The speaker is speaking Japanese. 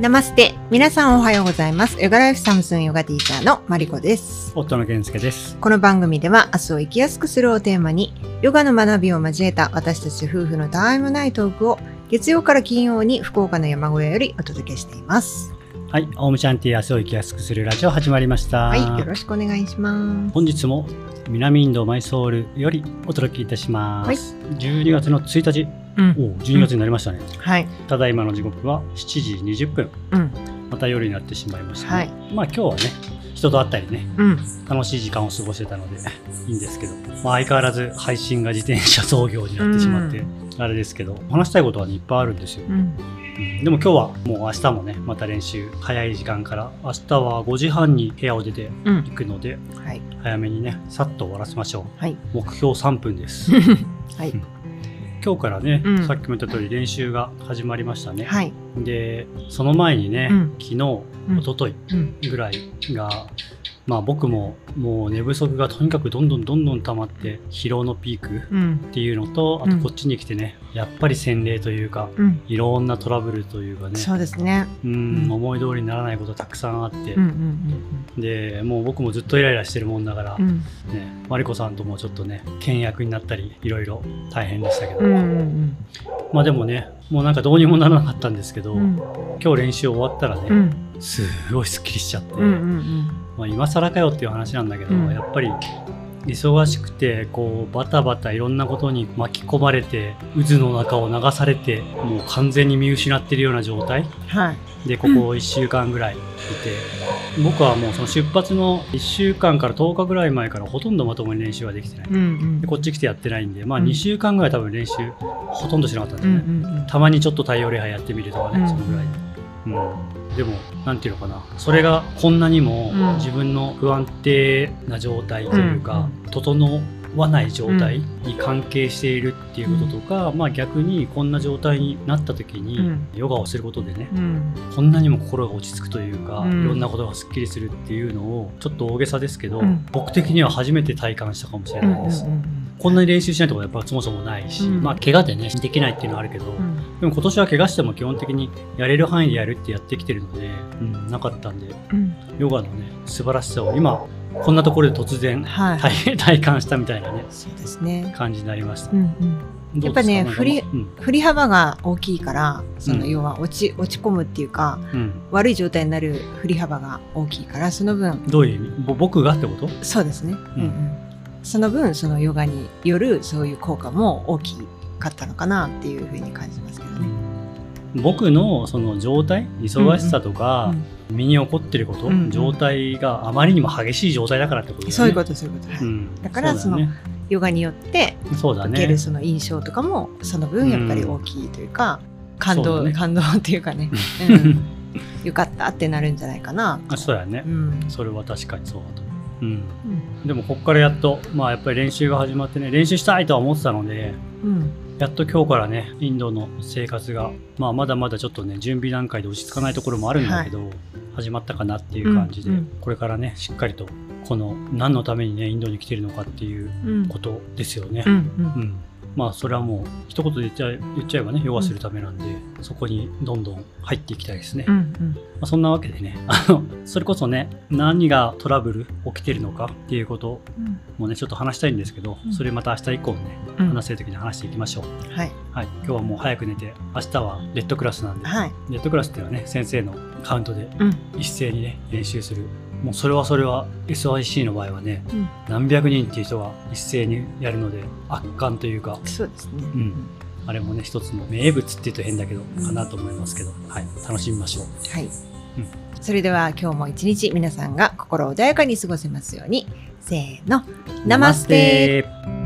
ナマステ。皆さんおはようございます。ヨガライフサムスンヨガティーチャーのマリコです。 夫の健介です。 この番組では明日を生きやすくするをテーマに、ヨガの学びを交えた私たち夫婦のたわいもないトークを月曜から金曜に福岡の山小屋よりお届けしています。 はい、オウムシャンティ明日を生きやすくするラジオ始まりました。 はい、よろしくお願いします。 本日も南インドマイソウルよりお届けいたします。はい、12月の1日、12月になりましたね。はい。ただいまの時刻は7時20分。また夜になってしまいました、ね。はい。まあ今日はね、人と会ったりね、楽しい時間を過ごしてたのでいいんですけど、まあ、相変わらず配信が自転車操業になってしまって、あれですけど、話したいことは、ね、いっぱいあるんですよ。でも今日はもう明日もね、また練習早い時間から、明日は5時半に部屋を出て行くので、早めにね、さっと終わらせましょう。はい、目標3分です。はい。今日からね、さっきも言った通り練習が始まりましたね。はい、で、その前にね、昨日、一昨日ぐらいが、まあ僕ももう寝不足がとにかくどんどん溜まって疲労のピークっていうのと、あとこっちに来てね、やっぱり洗礼というか、いろんなトラブルというかね、 そうですね、 思い通りにならないことたくさんあって、でもう僕もずっとイライラしてるもんだから、ね、マリコさんともちょっとね倹約になったりいろいろ大変でしたけど、まあでもね、もうなんかどうにもならなかったんですけど、今日練習終わったらね、すごいスッキリしちゃって、まあ今更かよっていう話なんだけど、やっぱり忙しくてこうバタバタいろんなことに巻き込まれて渦の中を流されて、もう完全に見失っているような状態、でここ1週間ぐらいいて、僕はもうその出発の1週間から10日ぐらい前からほとんどまともに練習はできてない、でこっち来てやってないんで、まあ2週間ぐらい多分練習ほとんどしなかったんですね。たまにちょっと太陽礼拝やってみるとかね、そのぐらい。でもなんていうのかな、それがこんなにも自分の不安定な状態というか、整わない状態に関係しているっていうこととか、まあ逆にこんな状態になった時にヨガをすることでね、こんなにも心が落ち着くというか、いろんなことがすっきりするっていうのを、ちょっと大げさですけど、僕的には初めて体感したかもしれないです。こんなに練習しないところやっぱそもそもないし、まあ怪我でねできないっていうのはあるけど、でも今年は怪我しても基本的にやれる範囲でやるってやってきてるので、なかったんで、ヨガのね素晴らしさを今こんなところで突然、体感したみたいなね、そうですね、感じになりました。 やっぱね、振り幅が大きいから、その要は落ち込むっていうか、悪い状態になる振り幅が大きいから、その分。 どういう意味？僕がってこと？ そうですね。その分そのヨガによるそういう効果も大きかったのかなっていうふうに感じますけどね。 僕のその状態、忙しさとか、身に起こっていること、状態があまりにも激しい状態だからってことですね。そういうこと、そういうこと。だからそのヨガによって受けるその印象とかもその分やっぱり大きいというか、感動っていうかね、よかったってなるんじゃないかな。 そうやね。それは確かにそうだと。でもここからやっと、まあやっぱり練習が始まってね、練習したいとは思ってたので、やっと今日からねインドの生活が、まあまだまだちょっとね準備段階で落ち着かないところもあるんだけど、始まったかなっていう感じで、これからねしっかりとこの何のためにねインドに来てるのかっていうことですよね。まあそれはもう一言で言っちゃえばね、ヨガするためなんで、そこにどんどん入っていきたいですね。そんなわけでね、それこそね、何がトラブル起きてるのかっていうこともねちょっと話したいんですけど、それまた明日以降ね、話せる時に話していきましょう。今日はもう早く寝て、明日はレッドクラスなんで、レッドクラスっていうのはね先生のカウントで一斉にね練習する。もうそれは SIC の場合はね、何百人っていう人が一斉にやるので圧巻というか、そうですね、あれもね一つの名物っていうと変だけど、かなと思いますけど、楽しみましょう。それでは今日も一日皆さんが心穏やかに過ごせますように。せーの、ナマステ。